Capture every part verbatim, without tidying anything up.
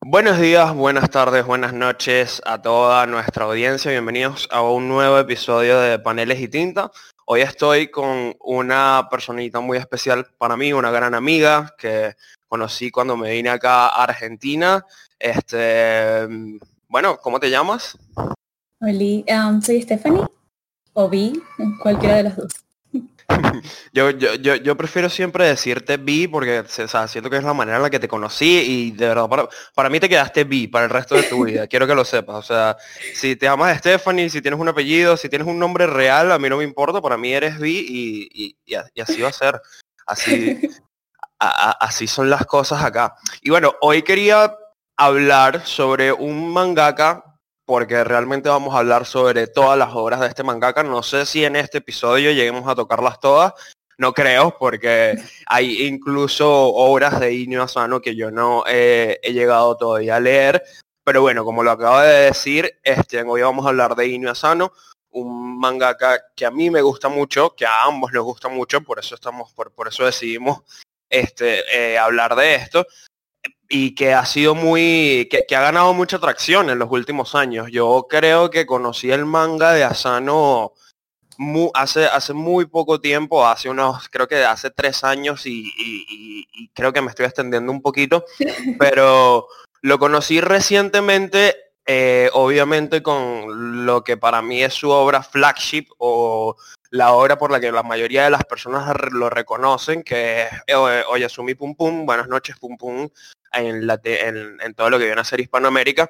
Buenos días, buenas tardes, buenas noches a toda nuestra audiencia. Bienvenidos a un nuevo episodio de Paneles y Tinta. Hoy estoy con una personita muy especial para mí, una gran amiga que conocí cuando me vine acá a Argentina. Este, bueno, ¿cómo te llamas? Hola, um, soy Stephanie, o Vi, cualquiera de las dos. Yo, yo, yo, yo prefiero siempre decirte Vi porque o sea, siento que es la manera en la que te conocí y de verdad para, para mí te quedaste Vi para el resto de tu vida. Quiero que lo sepas. O sea, si te llamas Stephanie, si tienes un apellido, si tienes un nombre real, a mí no me importa, para mí eres Vi y, y, y, y así va a ser. Así, a, a, así son las cosas acá. Y bueno, hoy quería hablar sobre un mangaka porque realmente vamos a hablar sobre todas las obras de este mangaka. No sé si en este episodio lleguemos a tocarlas todas, no creo, porque hay incluso obras de Inio Asano que yo no eh, he llegado todavía a leer, pero bueno, como lo acabo de decir, este, hoy vamos a hablar de Inio Asano, un mangaka que a mí me gusta mucho, que a ambos nos gusta mucho, por eso estamos, por, por eso decidimos este, eh, hablar de esto. Y que ha sido muy, que, que ha ganado mucha atracción en los últimos años. Yo creo que conocí el manga de Asano muy, hace, hace muy poco tiempo, hace unos, creo que hace tres años y, y, y, y creo que me estoy extendiendo un poquito, pero lo conocí recientemente, eh, obviamente con lo que para mí es su obra flagship o la obra por la que la mayoría de las personas lo reconocen, que es eh, Oyasumi Pum Pum, Buenas noches Pum Pum, en, la te, en, en todo lo que viene a ser Hispanoamérica.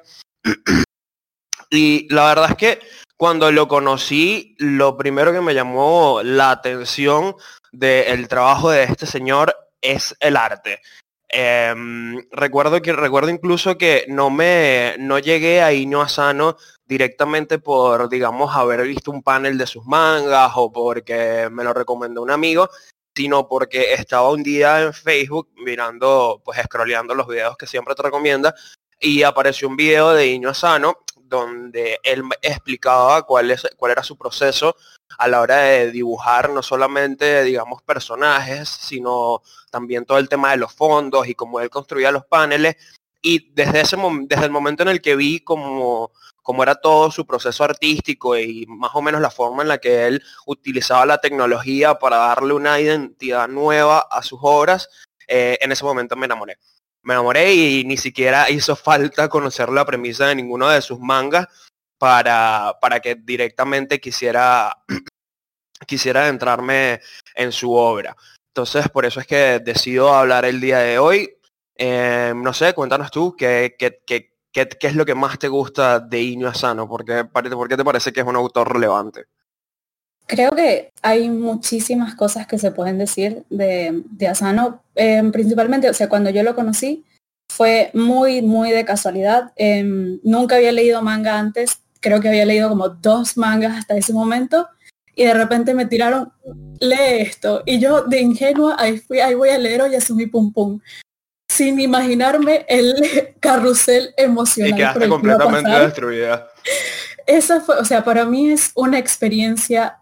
Y la verdad es que cuando lo conocí, lo primero que me llamó la atención del trabajo de este señor es el arte. Eh, recuerdo que recuerdo incluso que no me no llegué a Inio Asano directamente por, digamos, haber visto un panel de sus mangas o porque me lo recomendó un amigo, sino porque estaba un día en Facebook mirando, pues scrolleando los videos que siempre te recomienda y apareció un video de Inio Asano donde él explicaba cuál, es, cuál era su proceso a la hora de dibujar no solamente, digamos, personajes, sino también todo el tema de los fondos y cómo él construía los paneles. Y desde, ese desde el momento en el que vi cómo, cómo era todo su proceso artístico y más o menos la forma en la que él utilizaba la tecnología para darle una identidad nueva a sus obras, eh, en ese momento me enamoré. Me enamoré y ni siquiera hizo falta conocer la premisa de ninguno de sus mangas para, para que directamente quisiera, quisiera adentrarme en su obra. Entonces, por eso es que decido hablar el día de hoy. Eh, no sé, cuéntanos tú qué, qué, qué, qué, qué es lo que más te gusta de Inio Asano. ¿Por qué, ¿Por qué te parece que es un autor relevante? Creo que hay muchísimas cosas que se pueden decir de, de Asano. Eh, principalmente, o sea, cuando yo lo conocí, fue muy, muy de casualidad. Eh, nunca había leído manga antes. Creo que había leído como dos mangas hasta ese momento. Y de repente me tiraron, lee esto. Y yo, de ingenua, ahí, fui, ahí voy a leer Oyasumi Pum Pum, sin imaginarme el carrusel emocional. Y quedaste completamente destruida. Esa fue, o sea, para mí es una experiencia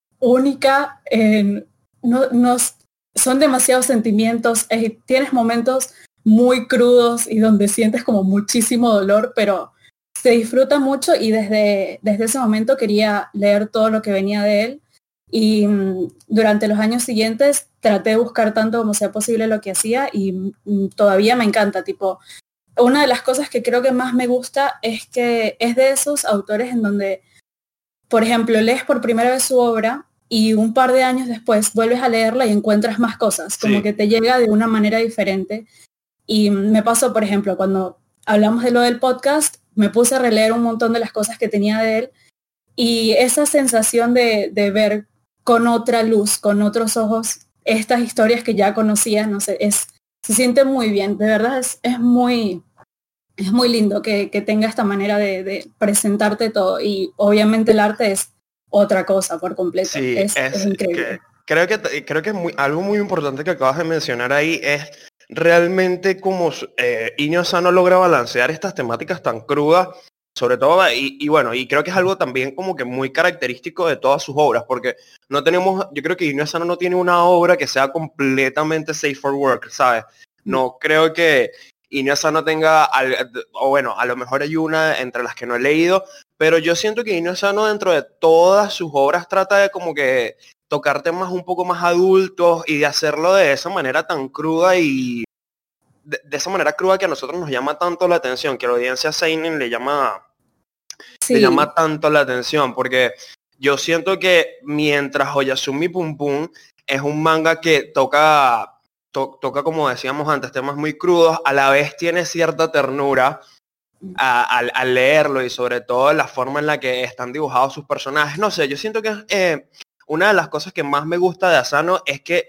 única. En, no, no, son demasiados sentimientos. Eh, tienes momentos muy crudos y donde sientes como muchísimo dolor, pero se disfruta mucho y desde, desde ese momento quería leer todo lo que venía de él. Y mm, durante los años siguientes traté de buscar tanto como sea posible lo que hacía y mm, todavía me encanta. Tipo, una de las cosas que creo que más me gusta es que es de esos autores en donde, por ejemplo, lees por primera vez su obra y un par de años después vuelves a leerla y encuentras más cosas, como sí, que te llega de una manera diferente. Y me pasó, por ejemplo, cuando hablamos de lo del podcast, me puse a releer un montón de las cosas que tenía de él y esa sensación de, de ver con otra luz, con otros ojos, estas historias que ya conocía, no sé, es, se siente muy bien, de verdad es, es muy, es muy lindo que, que tenga esta manera de, de presentarte todo y obviamente el arte es otra cosa por completo. Sí, es, es, es increíble. Que, creo que, creo que es muy, algo muy importante que acabas de mencionar ahí es realmente como eh, Inio Asano logra balancear estas temáticas tan crudas, sobre todo, y, y bueno, y creo que es algo también como que muy característico de todas sus obras, porque no tenemos, yo creo que Inio Asano no tiene una obra que sea completamente safe for work, ¿sabes? No creo que, Inio Asano tenga, al, o bueno, a lo mejor hay una entre las que no he leído, pero yo siento que Inio Asano dentro de todas sus obras trata de como que tocar temas un poco más adultos y de hacerlo de esa manera tan cruda y de, de esa manera cruda que a nosotros nos llama tanto la atención, que a la audiencia seinen le llama, Sí. le llama tanto la atención, porque yo siento que mientras Oyasumi Pum Pum es un manga que toca, to, toca como decíamos antes, temas muy crudos, a la vez tiene cierta ternura al, al leerlo y sobre todo la forma en la que están dibujados sus personajes. No sé, yo siento que eh, una de las cosas que más me gusta de Asano es que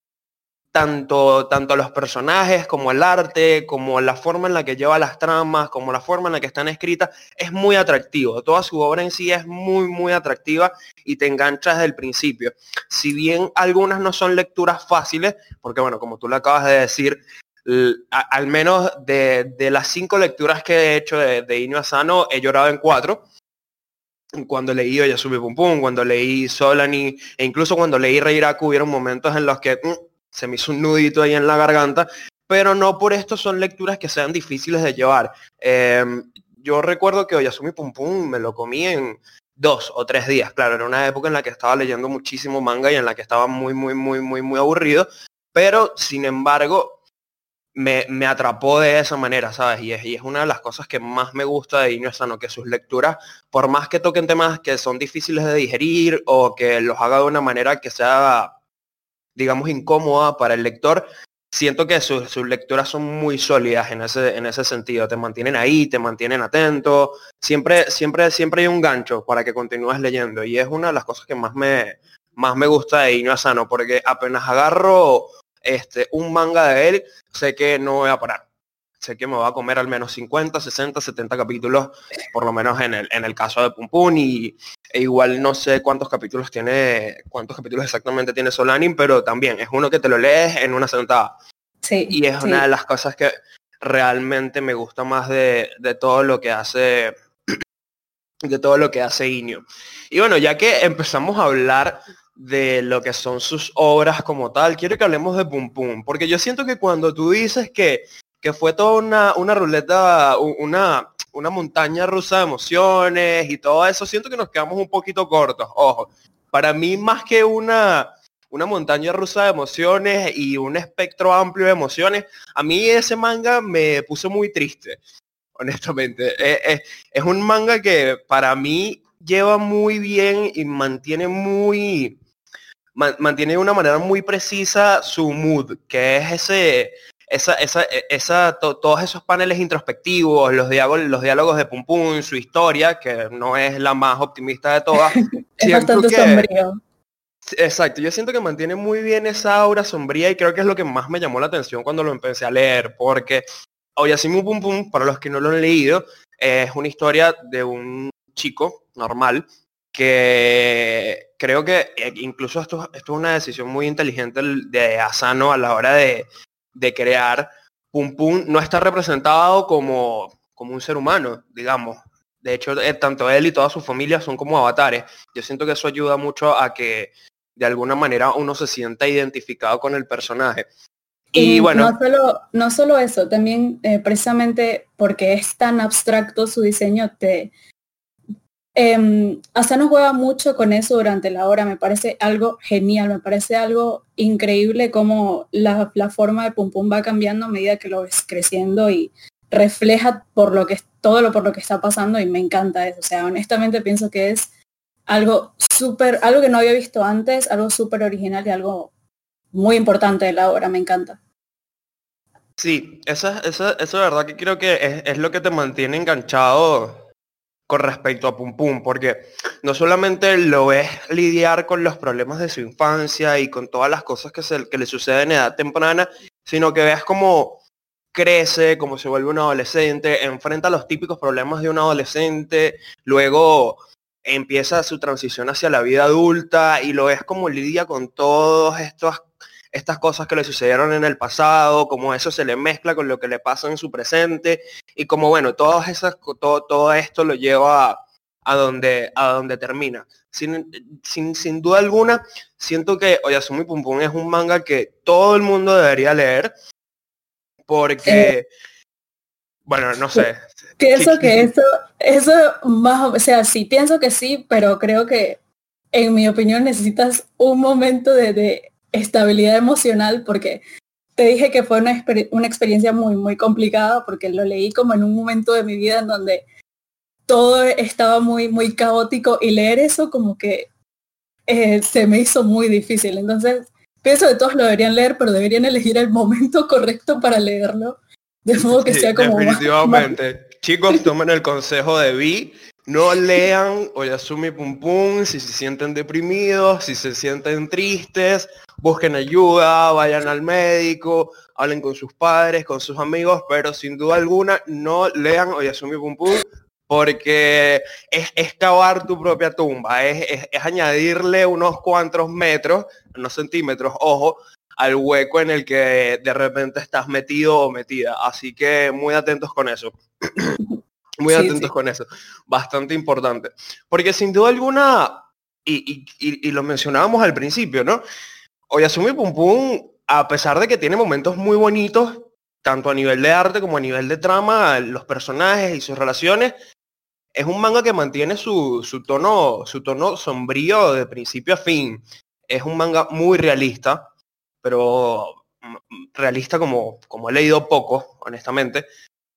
tanto, tanto los personajes como el arte, como la forma en la que lleva las tramas, como la forma en la que están escritas, es muy atractivo. Toda su obra en sí es muy, muy atractiva y te engancha desde el principio. Si bien algunas no son lecturas fáciles, porque bueno, como tú lo acabas de decir, a, al menos de, de las cinco lecturas que he hecho de, de Inio Asano, he llorado en cuatro. Cuando leí Oyasumi Pum Pum, cuando leí Solani, e incluso cuando leí Reiraku, hubieron momentos en los que mm, se me hizo un nudito ahí en la garganta, pero no por esto son lecturas que sean difíciles de llevar. Eh, yo recuerdo que Oyasumi Pum Pum me lo comí en dos o tres días, claro, era una época en la que estaba leyendo muchísimo manga y en la que estaba muy, muy, muy, muy, muy aburrido, pero sin embargo me, me atrapó de esa manera, ¿sabes? Y es, y es una de las cosas que más me gusta de Inio Asano, que sus lecturas, por más que toquen temas que son difíciles de digerir o que los haga de una manera que sea, digamos, incómoda para el lector, siento que sus, sus lecturas son muy sólidas en ese, en ese sentido. Te mantienen ahí, te mantienen atento. Siempre, siempre, siempre hay un gancho para que continúes leyendo. Y es una de las cosas que más me, más me gusta de Inio Asano, porque apenas agarro este, un manga de él, sé que no voy a parar. Sé que me va a comer al menos cincuenta, sesenta, setenta capítulos, por lo menos en el, en el caso de Pum Pum, y e igual no sé cuántos capítulos tiene, cuántos capítulos exactamente tiene Solanin, pero también es uno que te lo lees en una sentada. Sí, y es sí. una de las cosas que realmente me gusta más de, de todo lo que hace de todo lo que hace Inio. Y bueno, ya que empezamos a hablar de lo que son sus obras como tal, quiero que hablemos de Pum Pum, porque yo siento que cuando tú dices que, que fue toda una, una ruleta, una, una montaña rusa de emociones y todo eso, siento que nos quedamos un poquito cortos. Ojo, para mí más que una, una montaña rusa de emociones y un espectro amplio de emociones, a mí ese manga me puso muy triste. Honestamente, es, es, es un manga que para mí lleva muy bien y mantiene muy, man, mantiene de una manera muy precisa su mood, que es ese, esa, esa, esa, to, todos esos paneles introspectivos, los diálogos, los diálogos de Pum Pum, su historia, que no es la más optimista de todas. Es bastante que, sombrío. Exacto, yo siento que mantiene muy bien esa aura sombría y creo que es lo que más me llamó la atención cuando lo empecé a leer, porque Oyasumi Pum Pum, para los que no lo han leído, es una historia de un chico normal que creo que incluso esto, esto es una decisión muy inteligente de Asano a la hora de, de crear. Pum Pum no está representado como, como un ser humano, digamos. De hecho, tanto él y toda su familia son como avatares. Yo siento que eso ayuda mucho a que de alguna manera uno se sienta identificado con el personaje. Y, y bueno, no solo, no solo eso, también eh, precisamente porque es tan abstracto su diseño, te eh, Asano juega mucho con eso durante la obra. Me parece algo genial, me parece algo increíble como la, la forma de Pum Pum va cambiando a medida que lo ves creciendo y refleja por lo que todo lo por lo que está pasando, y me encanta eso. O sea, honestamente pienso que es algo súper, algo que no había visto antes, algo súper original y algo muy importante de la obra. Me encanta. Sí, eso, eso, eso de verdad que creo que es, es lo que te mantiene enganchado con respecto a Pum Pum, porque no solamente lo ves lidiar con los problemas de su infancia y con todas las cosas que, se, que le suceden en edad temprana, sino que ves cómo crece, cómo se vuelve un adolescente, enfrenta los típicos problemas de un adolescente, luego empieza su transición hacia la vida adulta y lo ves como lidia con todos estos estas cosas que le sucedieron en el pasado, como eso se le mezcla con lo que le pasa en su presente, y como bueno, todas esas, todo, todo esto lo lleva a, a, donde, a donde termina. Sin, sin, sin duda alguna, siento que Oyasumi Pum Pum es un manga que todo el mundo debería leer, porque... Eh, Bueno, no sé. Pienso que eso, eso más, o sea, sí, pienso que sí, pero creo que en mi opinión necesitas un momento de, de estabilidad emocional porque te dije que fue una, exper una experiencia muy, muy complicada porque lo leí como en un momento de mi vida en donde todo estaba muy, muy caótico y leer eso como que eh, se me hizo muy difícil. Entonces, pienso que todos lo deberían leer, pero deberían elegir el momento correcto para leerlo, de modo que Sí, sea como más, más... definitivamente. Chicos, tomen el consejo de Vi. No lean Oyasumi Pum Pum si se sienten deprimidos, si se sienten tristes, busquen ayuda, vayan al médico, hablen con sus padres, con sus amigos, pero sin duda alguna no lean Oyasumi Pum Pum porque es, es cavar tu propia tumba, es, es, es añadirle unos cuantos metros, no centímetros, ojo, al hueco en el que de repente estás metido o metida. Así que muy atentos con eso. Muy Sí, atentos sí. con eso. Bastante importante. Porque sin duda alguna, y, y, y, y lo mencionábamos al principio, ¿no? Oyasumi Pum Pum, a pesar de que tiene momentos muy bonitos, tanto a nivel de arte como a nivel de trama, los personajes y sus relaciones, es un manga que mantiene su, su, tono, su tono sombrío de principio a fin. Es un manga muy realista, pero realista como, como he leído poco, honestamente.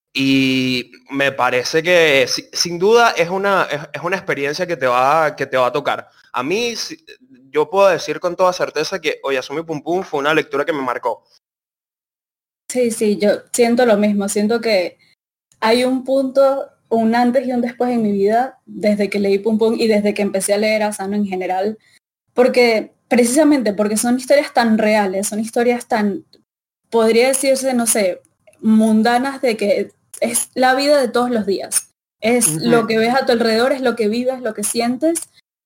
Y me parece que si, sin duda es una, es, es, una experiencia que te, va, que te va a tocar. A mí, si, yo puedo decir con toda certeza que Oyasumi Pum Pum fue una lectura que me marcó. Sí, sí, yo siento lo mismo. Siento que hay un punto, un antes y un después en mi vida, desde que leí Pum Pum y desde que empecé a leer a Asano en general, porque precisamente porque son historias tan reales, son historias tan, podría decirse, no sé, mundanas de que es la vida de todos los días. Es lo Uh-huh. que ves a tu alrededor, es lo que vives, lo que sientes,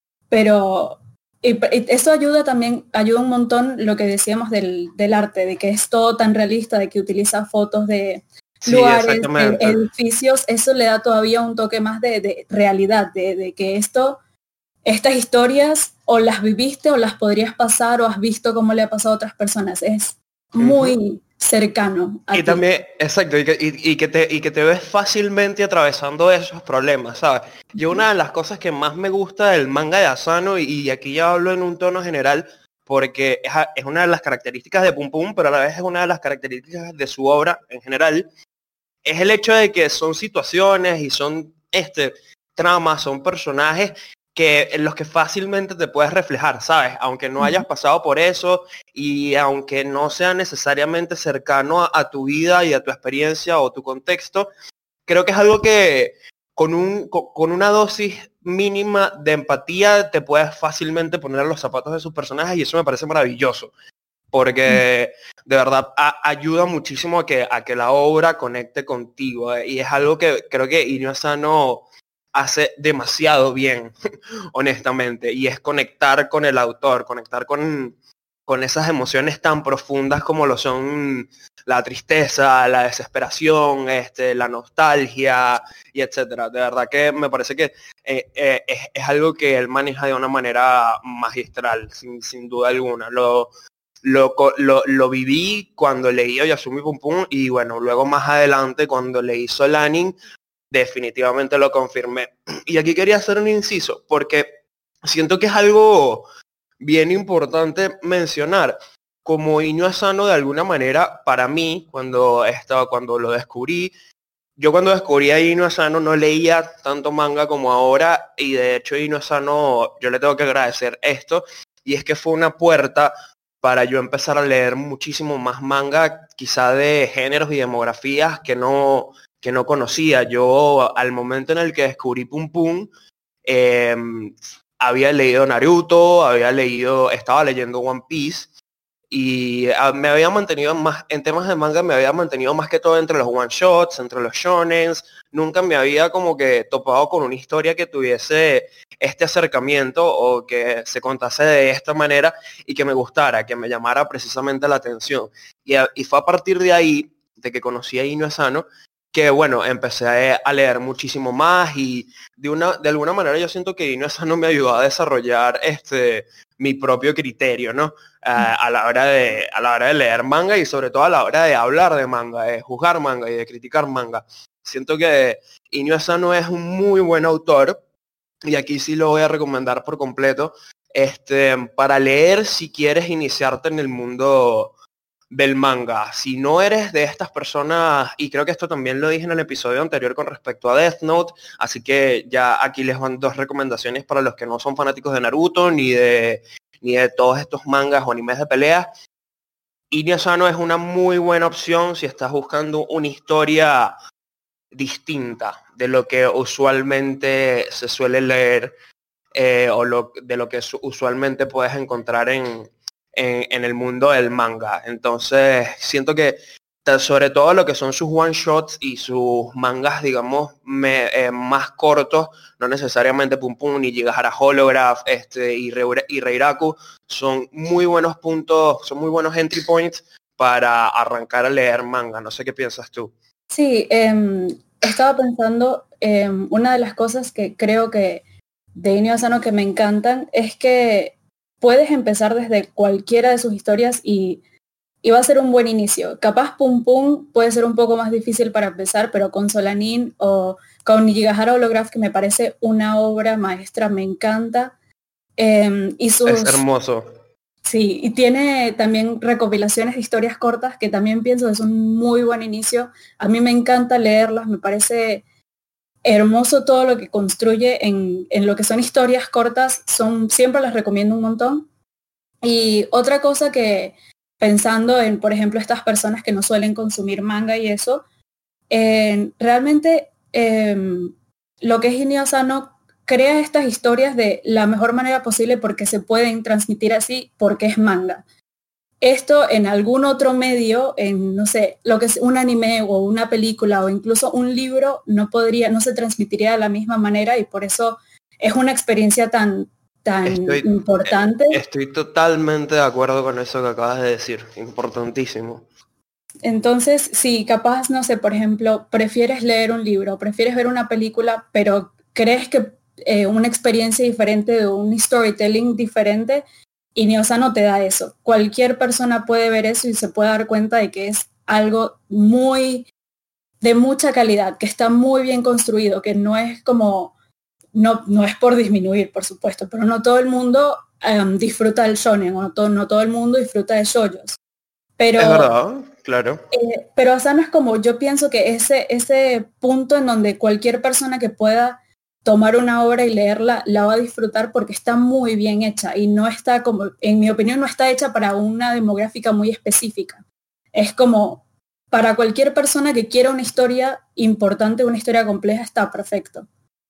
pero y, y eso ayuda también, ayuda un montón lo que decíamos del, del arte, de que es todo tan realista, de que utiliza fotos de Sí, lugares, de exactamente. edificios, eso le da todavía un toque más de, de realidad, de, de que esto, estas historias o las viviste o las podrías pasar o has visto cómo le ha pasado a otras personas. Es Uh-huh. muy cercano Y a ti. también, exacto, y que, y, y que te, y que te ves fácilmente atravesando esos problemas, ¿sabes? Yo una de las cosas que más me gusta del manga de Asano, y, y aquí ya hablo en un tono general, porque es, a, es una de las características de Pum Pum, pero a la vez es una de las características de su obra en general, es el hecho de que son situaciones y son este, tramas, son personajes que en los que fácilmente te puedes reflejar, ¿sabes? Aunque no hayas pasado por eso y aunque no sea necesariamente cercano a, a tu vida y a tu experiencia o tu contexto, creo que es algo que con, un, con, con una dosis mínima de empatía te puedes fácilmente poner a los zapatos de sus personajes y eso me parece maravilloso porque de verdad a, ayuda muchísimo a que, a que la obra conecte contigo, eh, y es algo que creo que Inio Asano hace demasiado bien, honestamente, y es conectar con el autor, conectar con, con esas emociones tan profundas como lo son la tristeza, la desesperación, este, la nostalgia, y etcétera. De verdad que me parece que eh, eh, es, es algo que él maneja de una manera magistral, sin, sin duda alguna. Lo, Lo, lo, lo viví cuando leí Oyasumi Pum Pum y bueno, luego más adelante cuando leí Solanin, definitivamente lo confirmé. Y aquí quería hacer un inciso, porque siento que es algo bien importante mencionar. Como Inyo Asano de alguna manera, para mí, cuando estaba, cuando lo descubrí, yo cuando descubrí a Inyo Asano no leía tanto manga como ahora, y de hecho Inyo Asano, yo le tengo que agradecer esto, y es que fue una puerta para yo empezar a leer muchísimo más manga, quizá de géneros y demografías que no, que no conocía. Yo al momento en el que descubrí Pum Pum, eh, había leído Naruto, había leído, estaba leyendo One Piece, y uh, me había mantenido más, en temas de manga me había mantenido más que todo entre los one shots, entre los shonens, nunca me había como que topado con una historia que tuviese este acercamiento o que se contase de esta manera y que me gustara, que me llamara precisamente la atención. Y, a, y fue a partir de ahí, de que conocí a Ino Asano, que bueno, empecé a, a leer muchísimo más y de una, de alguna manera yo siento que Ino Asano me ayudó a desarrollar este mi propio criterio, ¿no? Uh, a la hora de a la hora de leer manga y sobre todo a la hora de hablar de manga, de juzgar manga y de criticar manga. Siento que Inio Asano es un muy buen autor, y aquí sí lo voy a recomendar por completo, este, para leer si quieres iniciarte en el mundo del manga. Si no eres de estas personas, y creo que esto también lo dije en el episodio anterior con respecto a Death Note, así que ya aquí les van dos recomendaciones para los que no son fanáticos de Naruto, ni de, ni de todos estos mangas o animes de peleas. Inio Asano es una muy buena opción si estás buscando una historia distinta de lo que usualmente se suele leer, eh, o lo, de lo que usualmente puedes encontrar en, en, en el mundo del manga. Entonces siento que sobre todo lo que son sus one shots y sus mangas, digamos, me, eh, más cortos, no necesariamente Pum Pum ni Jigahara Holograph, este, y, Re, y Reiraku, son muy buenos puntos, son muy buenos entry points para arrancar a leer manga. No sé qué piensas tú. Sí, eh, estaba pensando, eh, una de las cosas que creo que de Inio Asano que me encantan es que puedes empezar desde cualquiera de sus historias y, y va a ser un buen inicio. Capaz Pum Pum puede ser un poco más difícil para empezar, pero con Solanin o con Jigahara Holograph, que me parece una obra maestra, me encanta. Eh, y sus, es hermoso. Sí, y tiene también recopilaciones de historias cortas que también pienso que es un muy buen inicio. A mí me encanta leerlas, me parece hermoso todo lo que construye en, en lo que son historias cortas, son, siempre las recomiendo un montón. Y otra cosa que, pensando en, por ejemplo, estas personas que no suelen consumir manga y eso, eh, realmente eh, lo que es Inio Asano crea estas historias de la mejor manera posible porque se pueden transmitir así, porque es manga. Esto en algún otro medio, en, no sé, lo que es un anime o una película o incluso un libro, no podría, no se transmitiría de la misma manera, y por eso es una experiencia tan, tan Estoy, importante. estoy totalmente de acuerdo con eso que acabas de decir, importantísimo. Entonces, si capaz, no sé, por ejemplo, prefieres leer un libro, prefieres ver una película, pero crees que eh, una experiencia diferente de un storytelling diferente, Inio Asano te da eso. Cualquier persona puede ver eso y se puede dar cuenta de que es algo muy de mucha calidad, que está muy bien construido, que no es como, no, no es por disminuir, por supuesto, pero no todo el mundo um, disfruta del shonen, o no todo, no todo el mundo disfruta de shoujos. Pero, es verdad, claro. Eh, pero Asano es como, yo pienso que ese, ese punto en donde cualquier persona que pueda tomar una obra y leerla, la va a disfrutar porque está muy bien hecha y no está como, en mi opinión, no está hecha para una demográfica muy específica. Es como, para cualquier persona que quiera una historia importante, una historia compleja, está perfecto.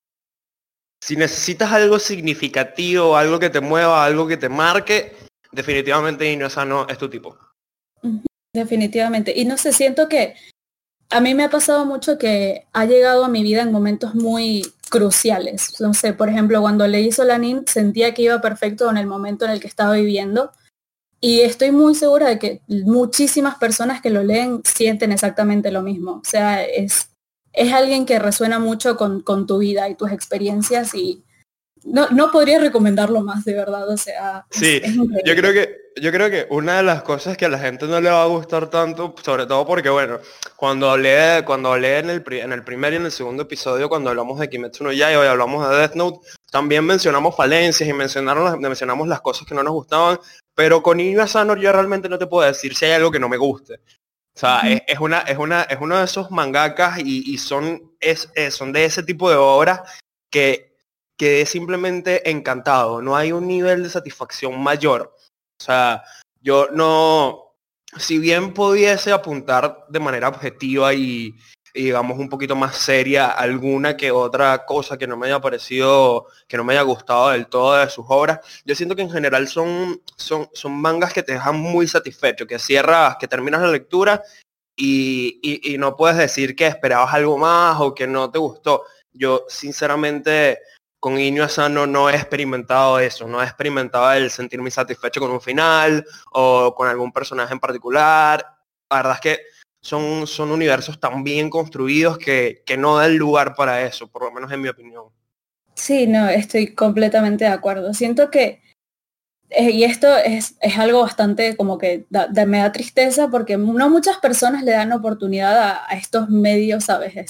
Si necesitas algo significativo, algo que te mueva, algo que te marque, definitivamente Inio Asano es tu tipo. Definitivamente. Y no sé, siento que a mí me ha pasado mucho que ha llegado a mi vida en momentos muy cruciales. No sé, por ejemplo, cuando leí Solanin sentía que iba perfecto en el momento en el que estaba viviendo. Y estoy muy segura de que muchísimas personas que lo leen sienten exactamente lo mismo. O sea, es, es alguien que resuena mucho con, con tu vida y tus experiencias, y no, no podría recomendarlo más, de verdad. O sea, es, Sí, es yo creo increíble. que yo creo que una de las cosas que a la gente no le va a gustar tanto, sobre todo porque bueno, cuando hablé cuando hablé en el pri- en el primer y en el segundo episodio, cuando hablamos de Kimetsu no Yaiba y hablamos de Death Note, también mencionamos falencias y mencionaron las, mencionamos las cosas que no nos gustaban, pero con Inio Asano yo realmente no te puedo decir si hay algo que no me guste. O sea, Ujú. es, es una es una es uno de esos mangakas, y, y son es, es- son de ese tipo de obras que quedé simplemente encantado. No hay un nivel de satisfacción mayor. O sea, yo no, si bien pudiese apuntar de manera objetiva y, y, digamos un poquito más seria alguna que otra cosa que no me haya parecido, que no me haya gustado del todo de sus obras, yo siento que en general son, son, son mangas que te dejan muy satisfecho, que cierras, que terminas la lectura y, y, y no puedes decir que esperabas algo más o que no te gustó. Yo sinceramente con Inio Asano no he experimentado eso, no he experimentado el sentirme satisfecho con un final o con algún personaje en particular. La verdad es que son, son universos tan bien construidos que, que no dan lugar para eso, por lo menos en mi opinión. Sí, no, estoy completamente de acuerdo. Siento que Eh, y esto es, es algo bastante como que da, da- me da tristeza porque no muchas personas le dan oportunidad a, a estos medios, ¿sabes? Est-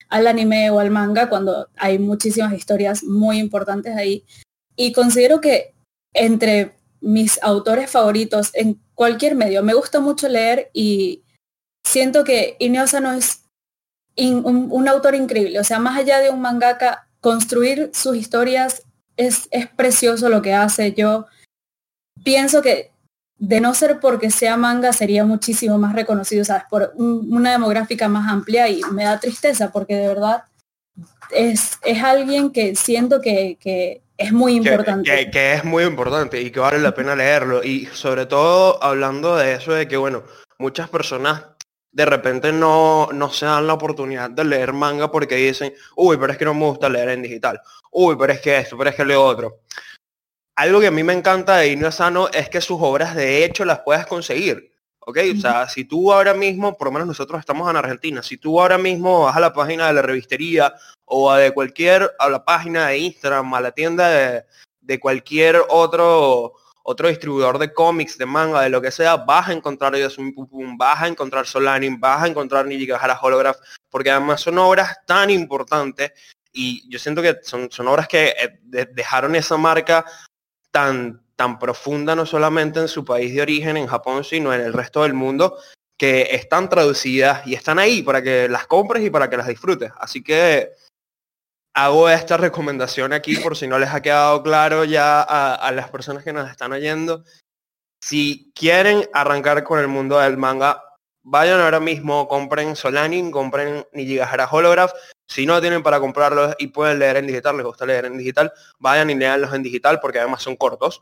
al anime o al manga cuando hay muchísimas historias muy importantes ahí. Y considero que entre mis autores favoritos en cualquier medio, me gusta mucho leer y siento que Inio Asano es in, un, un autor increíble. O sea, más allá de un mangaka, construir sus historias es, es precioso lo que hace. Yo pienso que de no ser porque sea manga sería muchísimo más reconocido, ¿sabes? Por un, una demográfica más amplia y me da tristeza porque de verdad es, es alguien que siento que, que es muy importante. Que, que, que es muy importante y que vale la pena leerlo. Y sobre todo hablando de eso de que, bueno, muchas personas de repente no, no se dan la oportunidad de leer manga porque dicen, uy, pero es que no me gusta leer en digital. Uy, pero es que esto, pero es que leo otro. Algo que a mí me encanta de Inio Asano es que sus obras de hecho las puedes conseguir, ¿ok? O sea, si tú ahora mismo, por lo menos nosotros estamos en Argentina, si tú ahora mismo vas a la página de la revistería o a de cualquier, a la página de Instagram, a la tienda de, de cualquier otro, otro distribuidor de cómics, de manga, de lo que sea, vas a encontrar Yasumi Pum, vas a encontrar Solanin, vas a encontrar Nijigahara Holograph, porque además son obras tan importantes y yo siento que son, son obras que eh, de, dejaron esa marca tan, tan profunda no solamente en su país de origen, en Japón, sino en el resto del mundo, que están traducidas y están ahí para que las compres y para que las disfrutes. Así que hago esta recomendación aquí por si no les ha quedado claro ya a, a las personas que nos están oyendo. Si quieren arrancar con el mundo del manga, vayan ahora mismo, compren Solanin, compren Nijigahara Holograph. Si no tienen para comprarlos y pueden leer en digital, les gusta leer en digital, vayan y leanlos en digital porque además son cortos.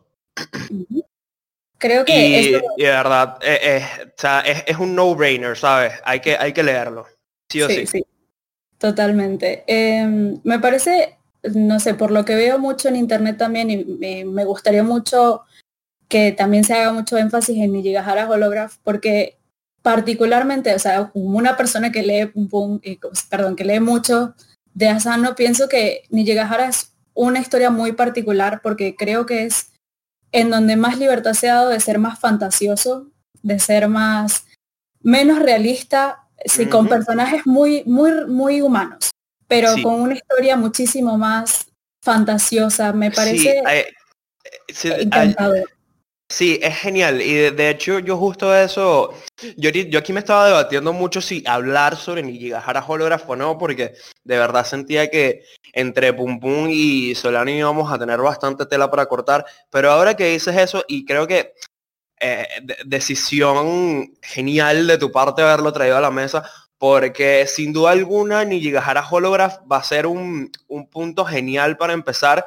Creo que Y, eso... y de verdad, eh, eh, o sea, es, es un no-brainer, ¿sabes? Hay que, hay que leerlo, sí o sí. Sí, sí, totalmente. Eh, me parece, no sé, por lo que veo mucho en internet también y me, me gustaría mucho que también se haga mucho énfasis en Nijigahara Holograph porque particularmente, o sea, como una persona que lee, boom, y, perdón, que lee mucho de Asano, pienso que Nijigahara es una historia muy particular porque creo que es en donde más libertad se ha dado de ser más fantasioso, de ser más, menos realista, sí, con Uh-huh. personajes muy, muy, muy humanos, pero Sí. con una historia muchísimo más fantasiosa, me parece Sí, eh, sí, encantador. sí, es genial. Y de, de hecho yo justo eso, yo, ahori- yo aquí me estaba debatiendo mucho si hablar sobre Nijigahara Holograph o no, porque de verdad sentía que entre Pum Pum y Solano íbamos a tener bastante tela para cortar. Pero ahora que dices eso, y creo que eh, de- decisión genial de tu parte haberlo traído a la mesa, porque sin duda alguna Nijigahara Holograph va a ser un, un punto genial para empezar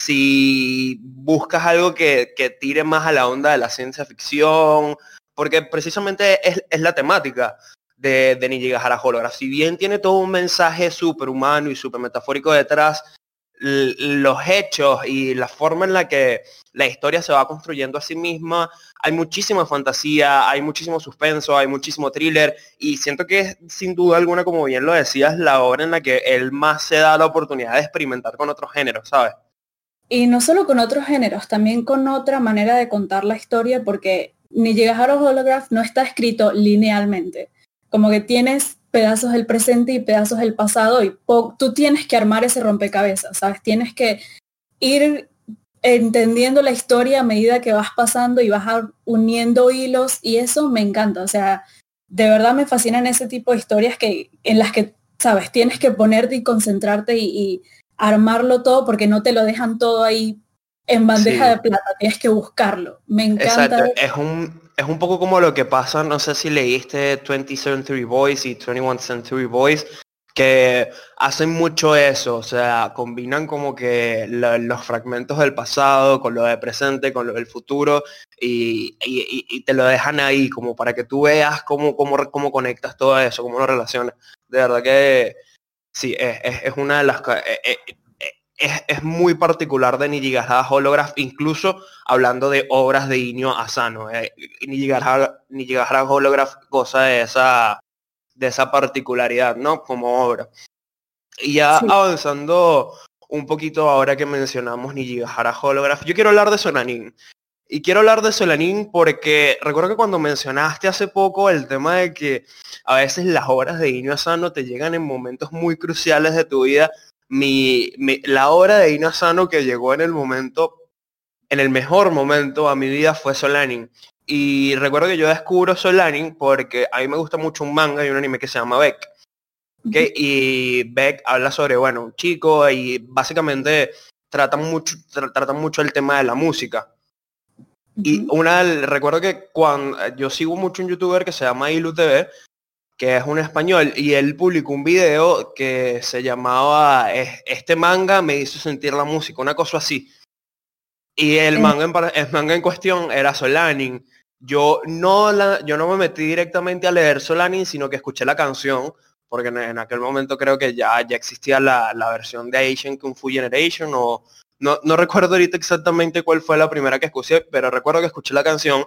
si buscas algo que, que tire más a la onda de la ciencia ficción, porque precisamente es, es la temática de, de Nijigahara Holograph. Si bien tiene todo un mensaje súper humano y súper metafórico detrás, l- los hechos y la forma en la que la historia se va construyendo a sí misma, hay muchísima fantasía, hay muchísimo suspenso, hay muchísimo thriller y siento que es sin duda alguna, como bien lo decías, la obra en la que él más se da la oportunidad de experimentar con otros géneros, ¿sabes? Y no solo con otros géneros, también con otra manera de contar la historia, porque Nijigahara Holograph no está escrito linealmente. Como que tienes pedazos del presente y pedazos del pasado y tú tienes que armar ese rompecabezas, ¿sabes? Tienes que ir entendiendo la historia a medida que vas pasando y vas uniendo hilos y eso me encanta. O sea, de verdad me fascinan ese tipo de historias que, en las que, ¿sabes? Tienes que ponerte y concentrarte y, y armarlo todo porque no te lo dejan todo ahí en bandeja Sí, de plata, tienes que buscarlo. Me encanta exacto. eso. Es un, es un poco como lo que pasa, no sé si leíste twentieth Century Boys y twenty-first Century Boys, que hacen mucho eso, o sea, combinan como que lo- los fragmentos del pasado con lo del presente, con lo del futuro y, y- y- y te lo dejan ahí como para que tú veas cómo, cómo, cómo conectas todo eso, cómo lo relacionas. De verdad que sí, es, es- es una de las... ca- eh, eh, eh, es, es muy particular de Nijigahara Holograph, incluso hablando de obras de Inio Asano. Eh, Nijigahara, Nijigahara Holograph goza de esa, de esa particularidad, ¿no? Como obra. Y ya Sí. avanzando un poquito ahora que mencionamos Nijigahara Holograph, yo quiero hablar de Sonanin. Y quiero hablar de Solanin porque recuerdo que cuando mencionaste hace poco el tema de que a veces las obras de Inio Asano te llegan en momentos muy cruciales de tu vida. Mi, mi, la obra de Inio Asano que llegó en el momento, en el mejor momento a mi vida fue Solanin. Y recuerdo que yo descubro Solanin porque a mí me gusta mucho un manga y un anime que se llama Beck. ¿Okay? Y Beck habla sobre, bueno, un chico y básicamente tratan mucho, tra tratan mucho el tema de la música. Y una, recuerdo que cuando yo sigo mucho un youtuber que se llama Ilu T V, que es un español, y él publicó un video que se llamaba Este manga me hizo sentir la música, una cosa así. Y el manga en, el manga en cuestión era Solanin. Yo no, la, yo no me metí directamente a leer Solanin, sino que escuché la canción, porque en, en aquel momento creo que ya, ya existía la, la versión de Asian Kung Fu Generation o... No, no recuerdo ahorita exactamente cuál fue la primera que escuché, pero recuerdo que escuché la canción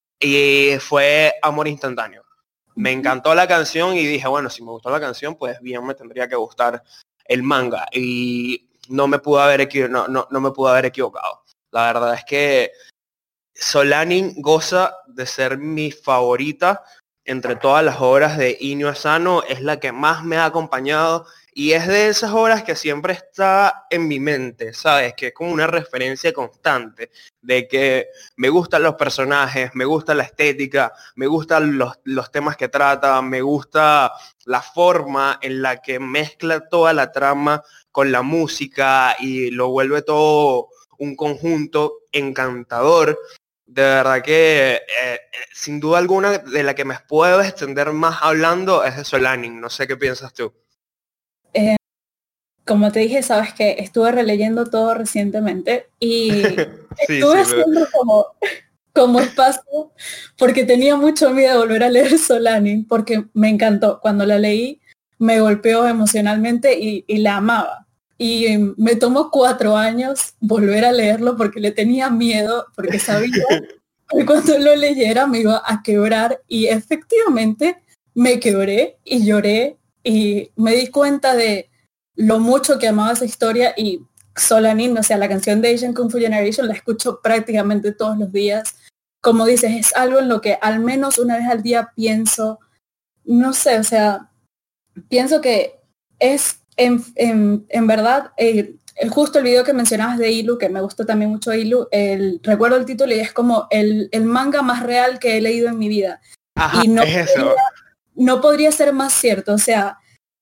y fue amor instantáneo. Me encantó la canción y dije, bueno, si me gustó la canción, pues bien me tendría que gustar el manga. Y no me pude haber, equiv no, no, no me pude haber equivocado. La verdad es que Solanin goza de ser mi favorita entre todas las obras de Inio Asano. Es la que más me ha acompañado. Y es de esas obras que siempre está en mi mente, ¿sabes? Que es como una referencia constante de que me gustan los personajes, me gusta la estética, me gustan los, los temas que trata, me gusta la forma en la que mezcla toda la trama con la música y lo vuelve todo un conjunto encantador. De verdad que, eh, sin duda alguna, de la que me puedo extender más hablando es de Solanin. No sé qué piensas tú. Eh, como te dije, sabes que estuve releyendo todo recientemente y sí, estuve sí, haciendo como, como espacio porque tenía mucho miedo de volver a leer Solanin porque me encantó. Cuando la leí me golpeó emocionalmente y, y la amaba. Y me tomó cuatro años volver a leerlo porque le tenía miedo, porque sabía que cuando lo leyera me iba a quebrar y efectivamente me quebré y lloré y me di cuenta de lo mucho que amaba esa historia y Solanin, o sea, la canción de Asian Kung Fu Generation la escucho prácticamente todos los días. Como dices, es algo en lo que al menos una vez al día pienso, no sé, o sea, pienso que es en, en, en verdad, eh, el, justo el video que mencionabas de Ilu, que me gustó también mucho Ilu, el, recuerdo el título y es como el, el manga más real que he leído en mi vida. Ajá, y no es eso. Podría, no podría ser más cierto, o sea,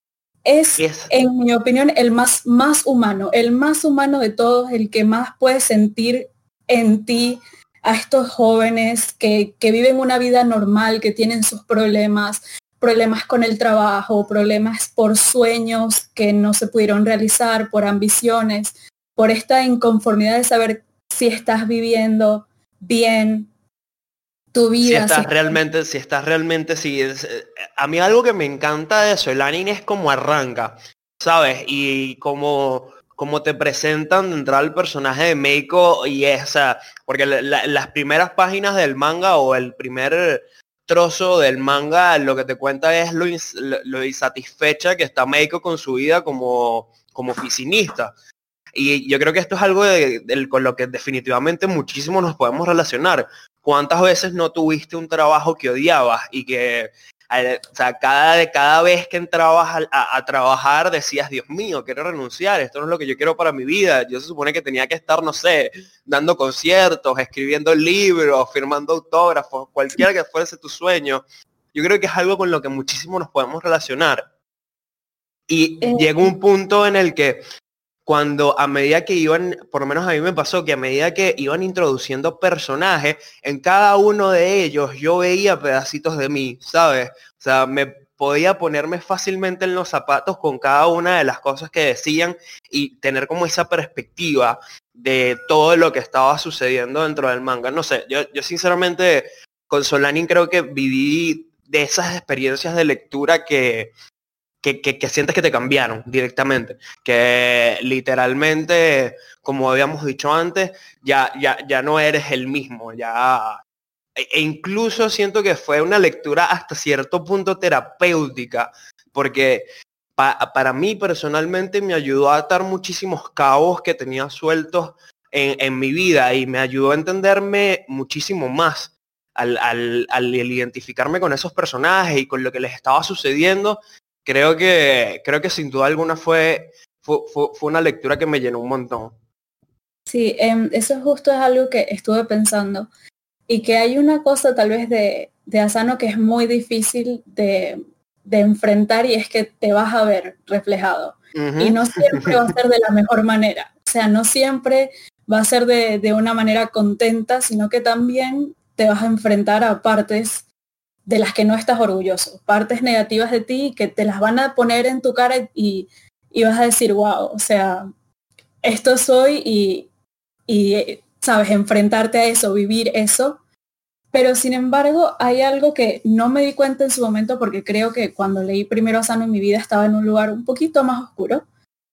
es, es, en mi opinión, el más, más humano, el más humano de todos, el que más puedes sentir en ti a estos jóvenes que, que viven una vida normal, que tienen sus problemas, problemas con el trabajo, problemas por sueños que no se pudieron realizar, por ambiciones, por esta inconformidad de saber si estás viviendo bien tu vida. Si estás si realmente, si estás realmente, si es, a mí algo que me encanta de Solanin es como arranca, ¿sabes? Y como, como te presentan de entrada el personaje de Meiko y esa, porque la, la, las primeras páginas del manga o el primer trozo del manga lo que te cuenta es lo, ins, lo, lo insatisfecha que está Meiko con su vida como, como oficinista. Y yo creo que esto es algo de, de, con lo que definitivamente muchísimo nos podemos relacionar. ¿Cuántas veces no tuviste un trabajo que odiabas y que, o sea, cada, cada vez que entrabas a, a, a trabajar decías, Dios mío, quiero renunciar, esto no es lo que yo quiero para mi vida? Yo se supone que tenía que estar, no sé, dando conciertos, escribiendo libros, firmando autógrafos, cualquiera que fuese tu sueño. Yo creo que es algo con lo que muchísimo nos podemos relacionar. Y eh, llegó un punto en el que cuando a medida que iban, por lo menos a mí me pasó que a medida que iban introduciendo personajes, en cada uno de ellos yo veía pedacitos de mí, ¿sabes? O sea, me podía ponerme fácilmente en los zapatos con cada una de las cosas que decían y tener como esa perspectiva de todo lo que estaba sucediendo dentro del manga. No sé, yo, yo sinceramente con Solanin creo que viví de esas experiencias de lectura que... Que, que, que sientes que te cambiaron directamente, que literalmente, como habíamos dicho antes, ya, ya, ya no eres el mismo, ya, e incluso siento que fue una lectura hasta cierto punto terapéutica, porque pa, para mí personalmente me ayudó a atar muchísimos cabos que tenía sueltos en, en mi vida y me ayudó a entenderme muchísimo más al, al, al identificarme con esos personajes y con lo que les estaba sucediendo. Creo que, creo que sin duda alguna fue, fue, fue, fue una lectura que me llenó un montón. Sí, eh, eso justo es algo que estuve pensando. Y que hay una cosa tal vez de, de Asano que es muy difícil de, de enfrentar y es que te vas a ver reflejado. Uh-huh. Y no siempre va a ser de la mejor manera. O sea, no siempre va a ser de, de una manera contenta, sino que también te vas a enfrentar a partes de las que no estás orgulloso, partes negativas de ti que te las van a poner en tu cara y, y vas a decir, wow, o sea, esto soy y, y, sabes, enfrentarte a eso, vivir eso. Pero sin embargo, hay algo que no me di cuenta en su momento porque creo que cuando leí primero Asano en mi vida estaba en un lugar un poquito más oscuro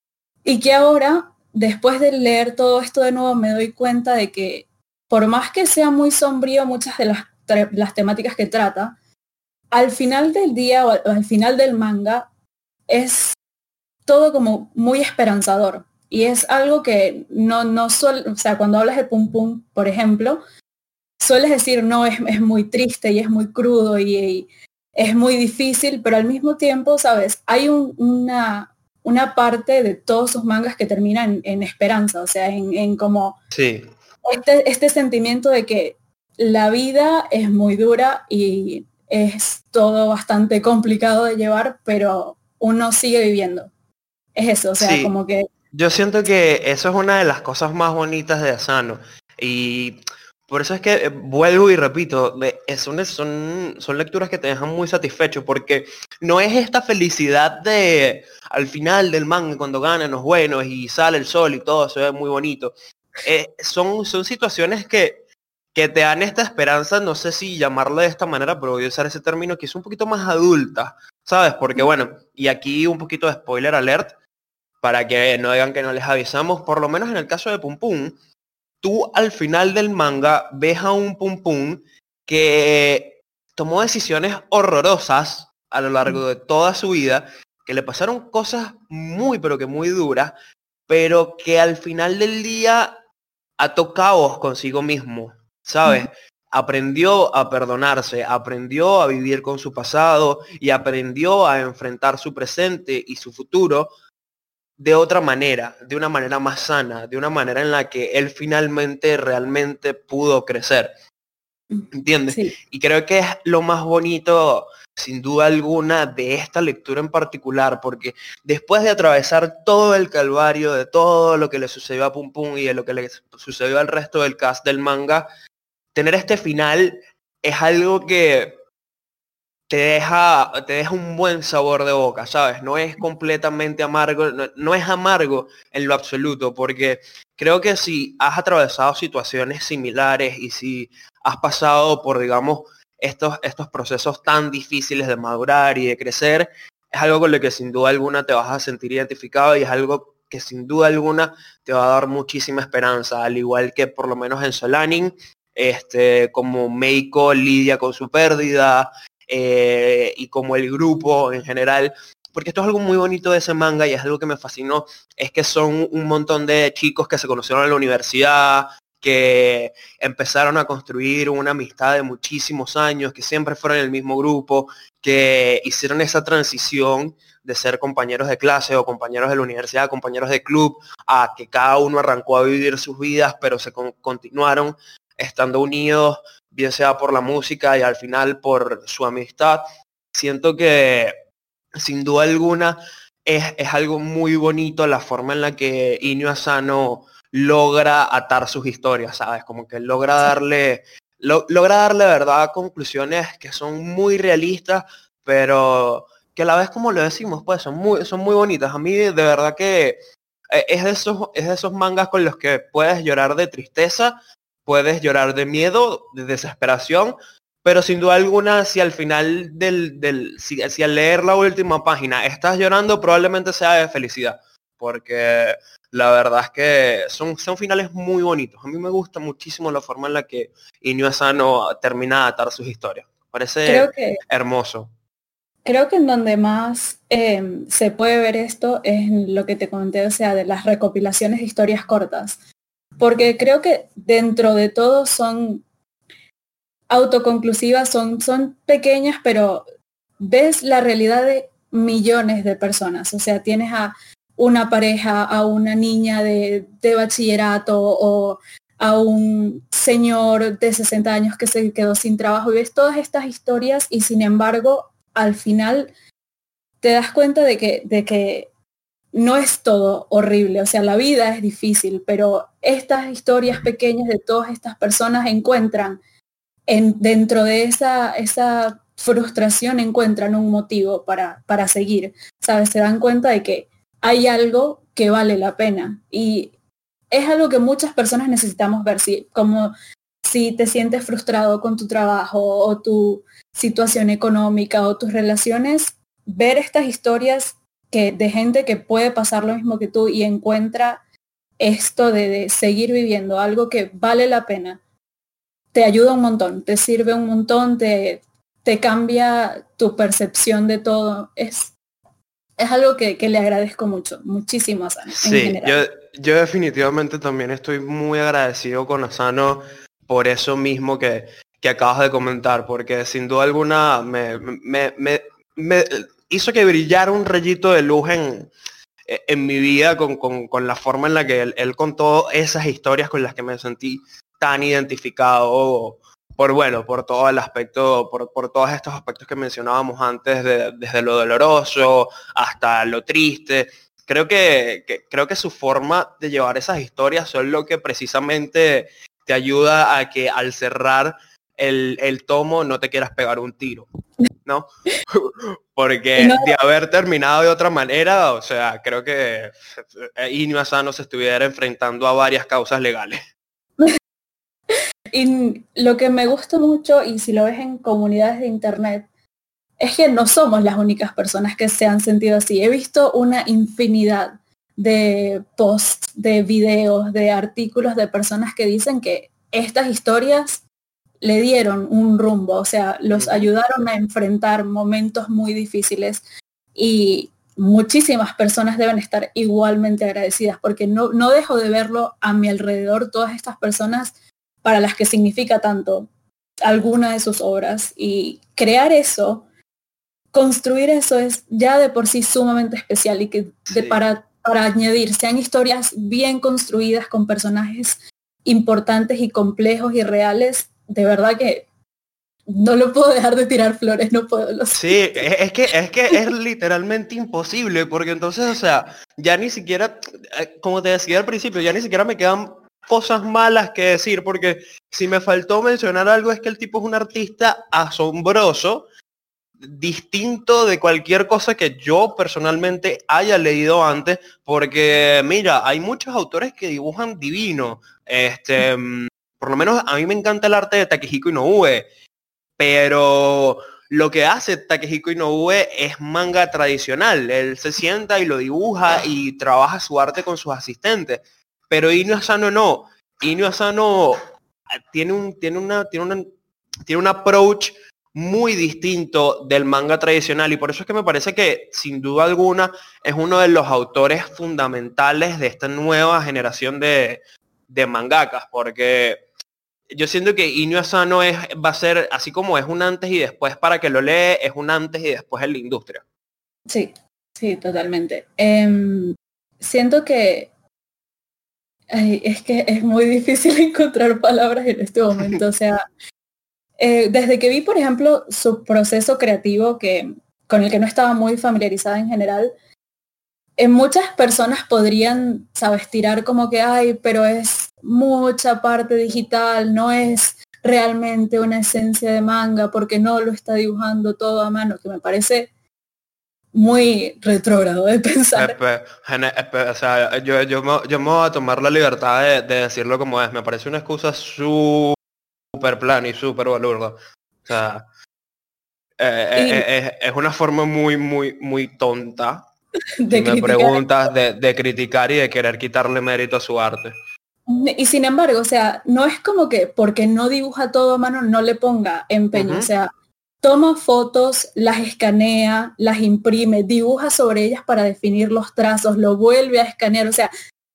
y que ahora, después de leer todo esto de nuevo, me doy cuenta de que por más que sea muy sombrío muchas de las, las temáticas que trata, al final del día o al, al final del manga es todo como muy esperanzador y es algo que no, no suele, o sea, cuando hablas de Pum Pum, por ejemplo, sueles decir, no, es, es muy triste y es muy crudo y, y es muy difícil, pero al mismo tiempo, ¿sabes? Hay un, una, una parte de todos sus mangas que termina en, en esperanza, o sea, en, en como sí. este, este sentimiento de que la vida es muy dura y es todo bastante complicado de llevar, pero uno sigue viviendo. Es eso, o sea, Sí. como que... Yo siento que eso es una de las cosas más bonitas de Asano. Y por eso es que eh, vuelvo y repito, de- es una- son, son lecturas que te dejan muy satisfecho, porque no es esta felicidad de al final del manga cuando ganan los buenos y sale el sol y todo se ve muy bonito. Eh, son, son situaciones que, que te dan esta esperanza, no sé si llamarlo de esta manera, pero voy a usar ese término, que es un poquito más adulta, ¿sabes? Porque bueno, y aquí un poquito de spoiler alert, para que no digan que no les avisamos, por lo menos en el caso de Pum Pum, tú al final del manga ves a un Pum Pum que tomó decisiones horrorosas a lo largo de toda su vida, que le pasaron cosas muy pero que muy duras, pero que al final del día ató cabos consigo mismo, ¿sabes? Aprendió a perdonarse, aprendió a vivir con su pasado y aprendió a enfrentar su presente y su futuro de otra manera, de una manera más sana, de una manera en la que él finalmente realmente pudo crecer. ¿Entiendes? Sí. Y creo que es lo más bonito, sin duda alguna, de esta lectura en particular, porque después de atravesar todo el calvario de todo lo que le sucedió a Pum Pum y de lo que le sucedió al resto del cast del manga, tener este final es algo que te deja, te deja un buen sabor de boca, ¿sabes? No es completamente amargo, no, no es amargo en lo absoluto, porque creo que si has atravesado situaciones similares y si has pasado por, digamos, estos, estos procesos tan difíciles de madurar y de crecer, es algo con lo que sin duda alguna te vas a sentir identificado y es algo que sin duda alguna te va a dar muchísima esperanza, al igual que por lo menos en Solanin, este, como Meiko lidia con su pérdida, Eh, y como el grupo en general, porque esto es algo muy bonito de ese manga y es algo que me fascinó, es que son un montón de chicos que se conocieron en la universidad, que empezaron a construir una amistad de muchísimos años, que siempre fueron el mismo grupo, que hicieron esa transición de ser compañeros de clase o compañeros de la universidad, compañeros de club, a que cada uno arrancó a vivir sus vidas, pero se con- continuaron estando unidos, bien sea por la música y al final por su amistad. Siento que sin duda alguna es, es algo muy bonito la forma en la que Inyo Asano logra atar sus historias, ¿sabes? Como que logra darle, lo, logra darle, verdad, conclusiones que son muy realistas, pero que a la vez, como lo decimos, pues son muy, son muy bonitas. A mí de verdad que eh, es de esos, es de esos mangas con los que puedes llorar de tristeza, puedes llorar de miedo, de desesperación, pero sin duda alguna, si al final del, del si, si al leer la última página estás llorando, probablemente sea de felicidad, porque la verdad es que son, son finales muy bonitos. A mí me gusta muchísimo la forma en la que Inyo Asano termina de atar sus historias. Parece Creo que hermoso. Creo que en donde más eh, se puede ver esto es en lo que te conté, o sea, de las recopilaciones de historias cortas. porque creo que dentro de todo son autoconclusivas, son, son pequeñas, pero ves la realidad de millones de personas. O sea, tienes a una pareja, a una niña de, de bachillerato o a un señor de sesenta años que se quedó sin trabajo, y ves todas estas historias y sin embargo, al final te das cuenta de que, de que no es todo horrible. O sea, la vida es difícil, pero estas historias pequeñas de todas estas personas encuentran en, dentro de esa, esa frustración, encuentran un motivo para, para seguir, ¿sabes? Se dan cuenta de que hay algo que vale la pena, y es algo que muchas personas necesitamos ver, si, como si te sientes frustrado con tu trabajo o tu situación económica o tus relaciones, ver estas historias que, de gente que puede pasar lo mismo que tú y encuentra esto de, de seguir viviendo algo que vale la pena, te ayuda un montón, te sirve un montón, te, te cambia tu percepción de todo. Es, es algo que, que le agradezco mucho, muchísimo a Asano, en Sí, general. yo, yo definitivamente también estoy muy agradecido con Asano por eso mismo que, que acabas de comentar, porque sin duda alguna me, me, me, me hizo que brillara un rayito de luz en, en mi vida con, con, con la forma en la que él, él contó esas historias con las que me sentí tan identificado por, bueno, por todo el aspecto, por, por todos estos aspectos que mencionábamos antes, de, desde lo doloroso hasta lo triste. Creo que, que, creo que su forma de llevar esas historias son lo que precisamente te ayuda a que al cerrar el, el tomo no te quieras pegar un tiro, ¿no? Porque No, de haber terminado de otra manera, o sea, creo que Inio Asano se estuviera enfrentando a varias causas legales. y lo que me gusta mucho, y si lo ves en comunidades de internet, es que no somos las únicas personas que se han sentido así. He visto una infinidad de posts, de videos, de artículos de personas que dicen que estas historias le dieron un rumbo, o sea, los Uh-huh. ayudaron a enfrentar momentos muy difíciles, y muchísimas personas deben estar igualmente agradecidas, porque no, no dejo de verlo a mi alrededor, todas estas personas para las que significa tanto alguna de sus obras, y crear eso, construir eso es ya de por sí sumamente especial, y que Sí. de, para, para añadir, sean historias bien construidas con personajes importantes y complejos y reales, de verdad que no lo puedo dejar de tirar flores, no puedo, lo Sí, siento. es es que, es que es literalmente imposible, porque entonces, o sea, ya ni siquiera, eh, como te decía al principio, ya ni siquiera me quedan cosas malas que decir, porque si me faltó mencionar algo es que el tipo es un artista asombroso, distinto de cualquier cosa que yo personalmente haya leído antes, porque mira, hay muchos autores que dibujan divino, este, mm, por lo menos a mí me encanta el arte de Takehiko Inoue, pero lo que hace Takehiko Inoue es manga tradicional. Él se sienta y lo dibuja y trabaja su arte con sus asistentes. Pero Inio Asano no. Inio Asano tiene un, tiene una, tiene una, tiene un approach muy distinto del manga tradicional, y por eso es que me parece que sin duda alguna es uno de los autores fundamentales de esta nueva generación de, de mangakas, porque yo siento que Inio Asano es, va a ser, así como es un antes y después para que lo lee, es un antes y después en la industria. Sí, sí, totalmente. Eh, siento que ay, es que es muy difícil encontrar palabras en este momento. O sea, eh, desde que vi, por ejemplo, su proceso creativo, que con el que no estaba muy familiarizada en general, en muchas personas podrían, sabes, tirar como que, ay, pero es mucha parte digital, no es realmente una esencia de manga porque no lo está dibujando todo a mano, que me parece muy retrógrado de pensar. Espe- gene- espe- o sea, yo, yo, me, yo me voy a tomar la libertad de, de decirlo como es. Me parece una excusa súper plana y súper balurda. O sea, eh, eh, Y eh, es, es una forma muy, muy, muy tonta, si de me criticar. preguntas, de, de criticar y de querer quitarle mérito a su arte. Y sin embargo, o sea, no es como que porque no dibuja todo a mano no le ponga empeño. Uh-huh. O sea, toma fotos, las escanea, las imprime, dibuja sobre ellas para definir los trazos, lo vuelve a escanear. O sea,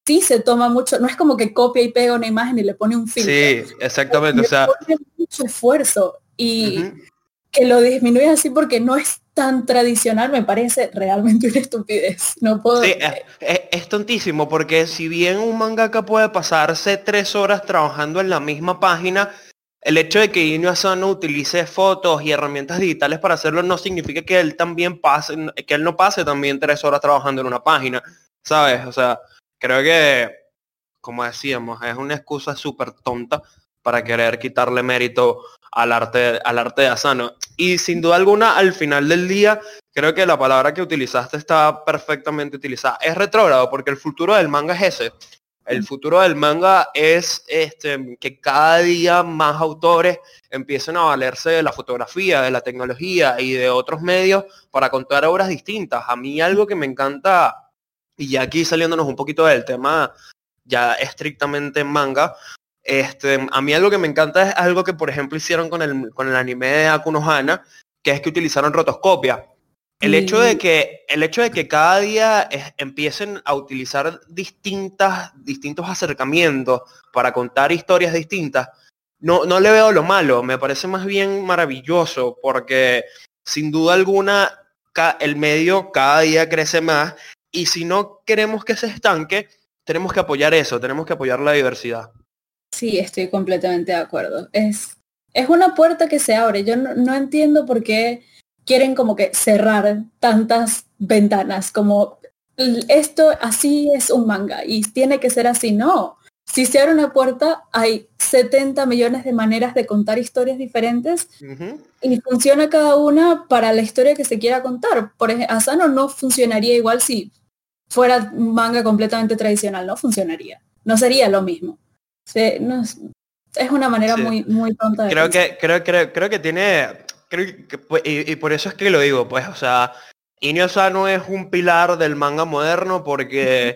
sí se toma mucho, no es como que copia y pega una imagen y le pone un filtro. Sí, exactamente, o sea, pone mucho esfuerzo y uh-huh. que lo disminuye así porque no es tan tradicional me parece realmente una estupidez. No puedo... Sí, es, es, es tontísimo porque si bien un mangaka puede pasarse tres horas trabajando en la misma página, el hecho de que Inio Asano utilice fotos y herramientas digitales para hacerlo no significa que él también pase, que él no pase también tres horas trabajando en una página, ¿sabes? O sea, creo que, como decíamos, es una excusa súper tonta para querer quitarle mérito al arte, al arte de Asano. Y sin duda alguna, al final del día, creo que la palabra que utilizaste está perfectamente utilizada. Es retrógrado porque el futuro del manga es ese. El futuro del manga es este, que cada día más autores empiecen a valerse de la fotografía, de la tecnología y de otros medios para contar obras distintas. A mí algo que me encanta, y ya aquí saliéndonos un poquito del tema ya estrictamente manga, este, a mí algo que me encanta es algo que por ejemplo hicieron con el, con el anime de Aku no Hana, que es que utilizaron rotoscopia. El hecho de que, el hecho de que cada día es, empiecen a utilizar distintas, distintos acercamientos para contar historias distintas, no, no le veo lo malo, me parece más bien maravilloso, porque sin duda alguna el medio cada día crece más y si no queremos que se estanque, tenemos que apoyar eso, tenemos que apoyar la diversidad. Sí, estoy completamente de acuerdo. Es, es una puerta que se abre. Yo no, no entiendo por qué quieren como que cerrar tantas ventanas, como esto así es un manga y tiene que ser así. No, si se abre una puerta hay setenta millones de maneras de contar historias diferentes uh-huh. y funciona cada una para la historia que se quiera contar. Por ejemplo, Asano no funcionaría igual si fuera un manga completamente tradicional, no funcionaría, no sería lo mismo. Sí, no, es una manera sí. muy muy tonta de creo que creo, creo creo que tiene creo que, y, y por eso es que lo digo, pues, o sea, Inio Asano es un pilar del manga moderno porque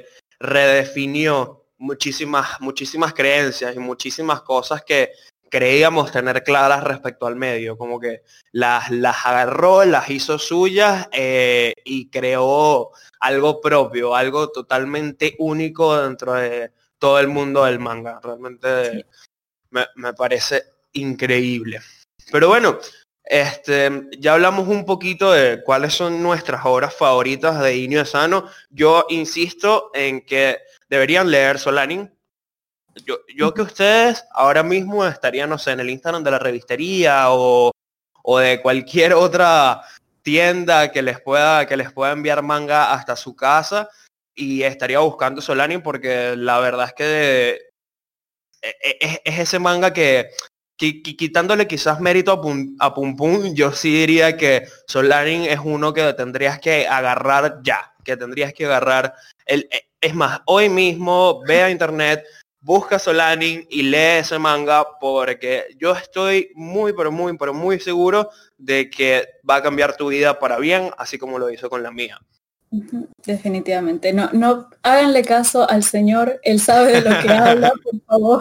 redefinió muchísimas muchísimas creencias y muchísimas cosas que creíamos tener claras respecto al medio, como que las las agarró, las hizo suyas eh, y creó algo propio, algo totalmente único dentro de todo el mundo del manga. Realmente sí. me, me parece increíble. Pero bueno, este, ya hablamos un poquito de cuáles son nuestras obras favoritas de Inio Asano. Yo insisto en que deberían leer Solanin. Yo, yo que ustedes ahora mismo estarían, no sé, en el Instagram de la revistería o, o de cualquier otra tienda que les pueda, que les pueda enviar manga hasta su casa y estaría buscando Solanin porque la verdad es que es, es ese manga que, que, que quitándole quizás mérito a Pum, a Pum Pum, yo sí diría que Solanin es uno que tendrías que agarrar ya, que tendrías que agarrar. El, es más, hoy mismo ve a internet, busca Solanin y lee ese manga porque yo estoy muy, pero muy, pero muy seguro de que va a cambiar tu vida para bien, así como lo hizo con la mía. Definitivamente. No, no háganle caso al señor, él sabe de lo que habla, por favor.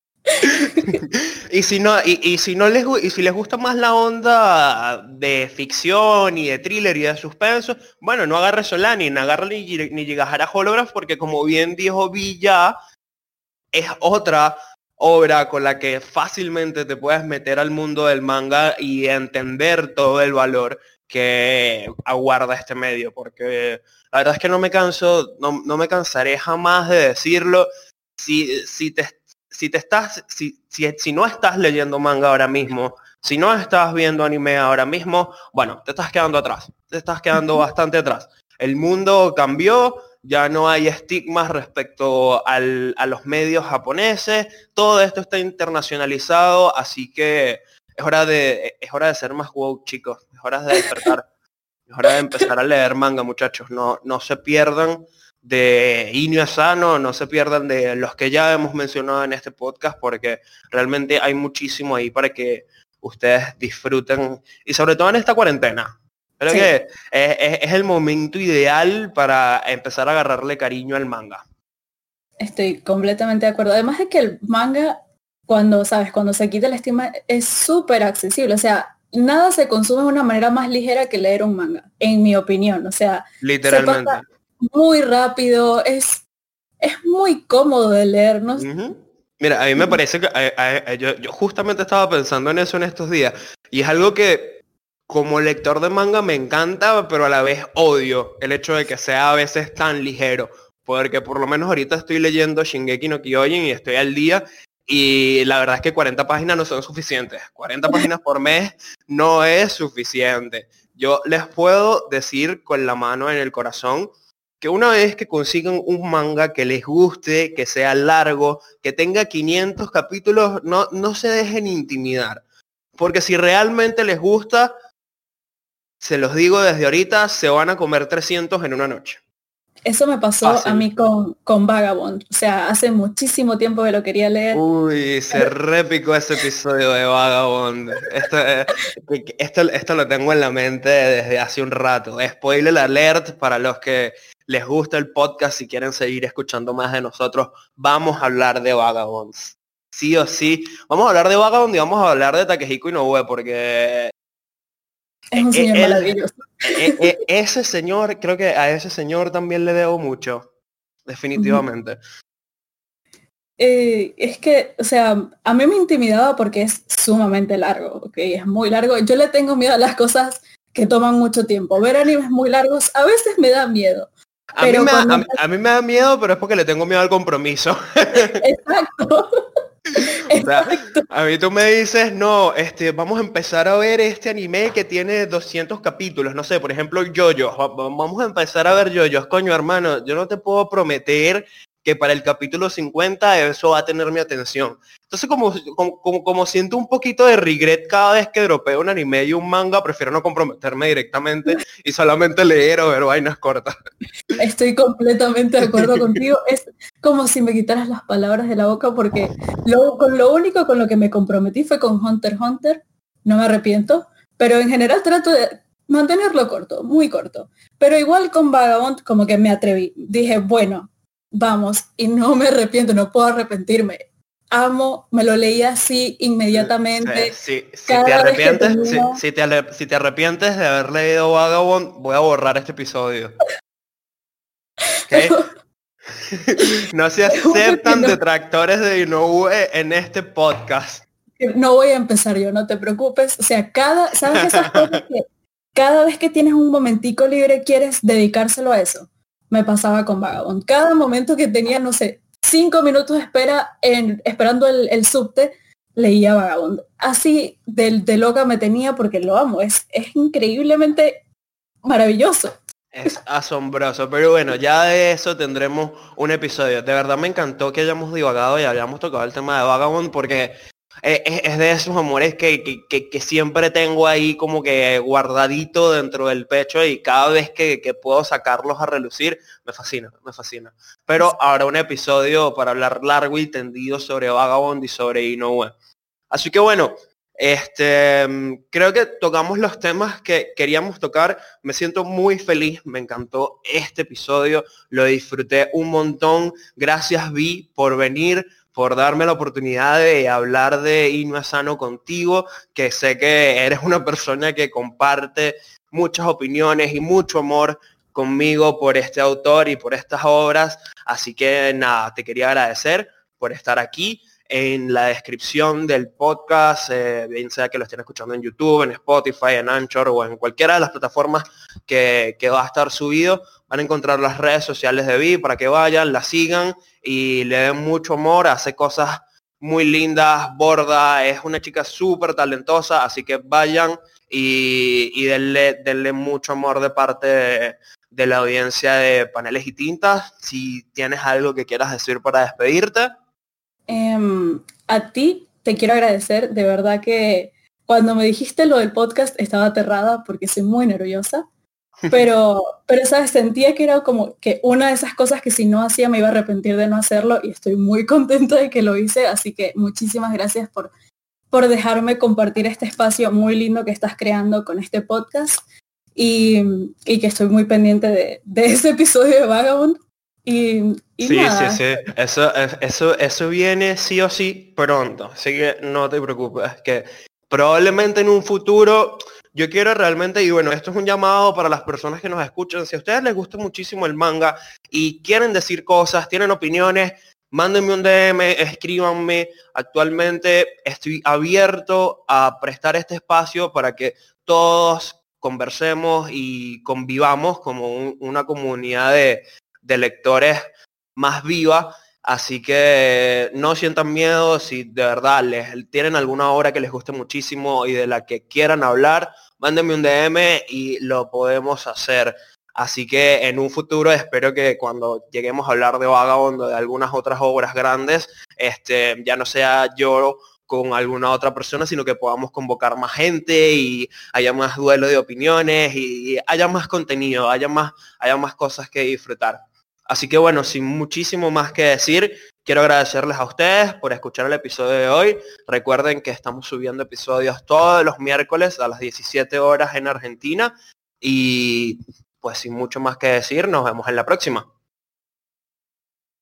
y si no, y, y si no les y si les gusta más la onda de ficción y de thriller y de suspenso, bueno, no agarre Solanin, agarre ni, ni Yigahara Holograph, porque como bien dijo Villa, es otra obra con la que fácilmente te puedes meter al mundo del manga y entender todo el valor que aguarda este medio, porque la verdad es que no me canso, no, no me cansaré jamás de decirlo. Si, si te si te estás, si, si, si no estás leyendo manga ahora mismo, si no estás viendo anime ahora mismo, bueno, te estás quedando atrás, te estás quedando bastante atrás. El mundo cambió, ya no hay estigmas respecto al, a los medios japoneses, todo esto está internacionalizado, así que es hora de, es hora de ser más woke, chicos, es hora de despertar, es hora de empezar a leer manga, muchachos, no, no se pierdan de Inio Asano, no se pierdan de los que ya hemos mencionado en este podcast, porque realmente hay muchísimo ahí para que ustedes disfruten, y sobre todo en esta cuarentena. Creo sí. que es, es, es el momento ideal para empezar a agarrarle cariño al manga. Estoy completamente de acuerdo. Además de que el manga, cuando, sabes, cuando se quita el estigma, es súper accesible. O sea, nada se consume de una manera más ligera que leer un manga, en mi opinión. O sea, literalmente. Muy rápido, es, es muy cómodo de leer, ¿no? Uh-huh. Mira, a mí me parece que a, a, a, yo, yo justamente estaba pensando en eso en estos días. Y es algo que como lector de manga me encanta, pero a la vez odio el hecho de que sea a veces tan ligero. Porque por lo menos ahorita estoy leyendo Shingeki no Kyojin y estoy al día. Y la verdad es que cuarenta páginas no son suficientes. cuarenta páginas por mes no es suficiente. Yo les puedo decir con la mano en el corazón que una vez que consigan un manga que les guste, que sea largo, que tenga quinientos capítulos, no, no se dejen intimidar. Porque si realmente les gusta, se los digo desde ahorita, se van a comer trescientos en una noche. Eso me pasó Fácil. A mí con, con Vagabond. O sea, hace muchísimo tiempo que lo quería leer. Uy, se repicó ese episodio de Vagabond. Esto, eh, esto, esto lo tengo en la mente desde hace un rato. Spoiler alert para los que les gusta el podcast, si quieren seguir escuchando más de nosotros, vamos a hablar de Vagabond. Sí o sí. Vamos a hablar de Vagabond y vamos a hablar de Takehiko Inoue porque... Es un señor él, maravilloso. E, e, ese señor, creo que a ese señor también le debo mucho, definitivamente. Uh-huh. Eh, es que, o sea, a mí me intimidaba porque es sumamente largo, ¿ok? Es muy largo. Yo le tengo miedo a las cosas que toman mucho tiempo. Ver animes muy largos a veces me da miedo. A, pero mí me da, cuando... a, mí, a mí me da miedo, pero es porque le tengo miedo al compromiso. Exacto. O sea, a mí tú me dices, no, este, vamos a empezar a ver este anime que tiene doscientos capítulos, no sé, por ejemplo, JoJo, vamos a empezar a ver JoJo, coño, hermano, yo no te puedo prometer que para el capítulo cincuenta eso va a tener mi atención. Entonces, como, como, como, como siento un poquito de regret cada vez que dropeo un anime y un manga, prefiero no comprometerme directamente y solamente leer o ver vainas cortas. Estoy completamente de acuerdo contigo. Es como si me quitaras las palabras de la boca porque lo, con lo único con lo que me comprometí fue con Hunter x Hunter. No me arrepiento, pero en general trato de mantenerlo corto, muy corto. Pero igual con Vagabond como que me atreví. Dije, bueno, vamos, y no me arrepiento, no puedo arrepentirme. Amo, me lo leí así inmediatamente. Sí, sí, si, te arrepientes, tenía... si, si, te, si te arrepientes de haber leído Vagabond, voy a borrar este episodio. ¿Okay? No se aceptan no. detractores de Inoue en este podcast. No voy a empezar yo, no te preocupes. O sea, cada, ¿sabes esas cosas que cada vez que tienes un momentico libre quieres dedicárselo a eso? Me pasaba con Vagabond. Cada momento que tenía, no sé, cinco minutos de espera en, esperando el, el subte, leía Vagabond. Así de, de loca me tenía porque lo amo. Es, es increíblemente maravilloso. Es asombroso, pero bueno, ya de eso tendremos un episodio. De verdad me encantó que hayamos divagado y hayamos tocado el tema de Vagabond porque es, es de esos amores que, que, que, que siempre tengo ahí como que guardadito dentro del pecho y cada vez que, que puedo sacarlos a relucir, me fascina, me fascina. Pero habrá un episodio para hablar largo y tendido sobre Vagabond y sobre Inoue. Así que bueno, este, creo que tocamos los temas que queríamos tocar. Me siento muy feliz, me encantó este episodio, lo disfruté un montón. Gracias, Vi, por venir, por darme la oportunidad de hablar de Inoue Asano contigo, que sé que eres una persona que comparte muchas opiniones y mucho amor conmigo por este autor y por estas obras. Así que nada, te quería agradecer por estar aquí. En la descripción del podcast, eh, bien sea que lo estén escuchando en YouTube, en Spotify, en Anchor o en cualquiera de las plataformas que, que va a estar subido, van a encontrar las redes sociales de Vi para que vayan, la sigan y le den mucho amor. Hace cosas muy lindas, borda, es una chica súper talentosa, así que vayan y, y denle, denle mucho amor de parte de, de la audiencia de Paneles y Tintas. Si tienes algo que quieras decir para despedirte. Um, a ti te quiero agradecer, de verdad que cuando me dijiste lo del podcast estaba aterrada porque soy muy nerviosa, pero, pero sabes, sentía que era como que una de esas cosas que si no hacía me iba a arrepentir de no hacerlo y estoy muy contenta de que lo hice, así que muchísimas gracias por, por dejarme compartir este espacio muy lindo que estás creando con este podcast y, y que estoy muy pendiente de, de ese episodio de Vagabond. Y, y sí, nada. sí, sí, eso, eso, eso viene sí o sí pronto, así que no te preocupes, que probablemente en un futuro yo quiero realmente, y bueno, esto es un llamado para las personas que nos escuchan, si a ustedes les gusta muchísimo el manga y quieren decir cosas, tienen opiniones, mándenme un D M, escríbanme. Actualmente estoy abierto a prestar este espacio para que todos conversemos y convivamos como un, una comunidad de, de lectores más viva. Así que no sientan miedo, si de verdad les tienen alguna obra que les guste muchísimo y de la que quieran hablar, mándenme un D M y lo podemos hacer. Así que en un futuro espero que cuando lleguemos a hablar de Vagabond o de algunas otras obras grandes, este, ya no sea yo con alguna otra persona, sino que podamos convocar más gente y haya más duelo de opiniones y haya más contenido, haya más, haya más cosas que disfrutar. Así que bueno, sin muchísimo más que decir, quiero agradecerles a ustedes por escuchar el episodio de hoy. Recuerden que estamos subiendo episodios todos los miércoles a las diecisiete horas en Argentina. Y pues sin mucho más que decir, nos vemos en la próxima.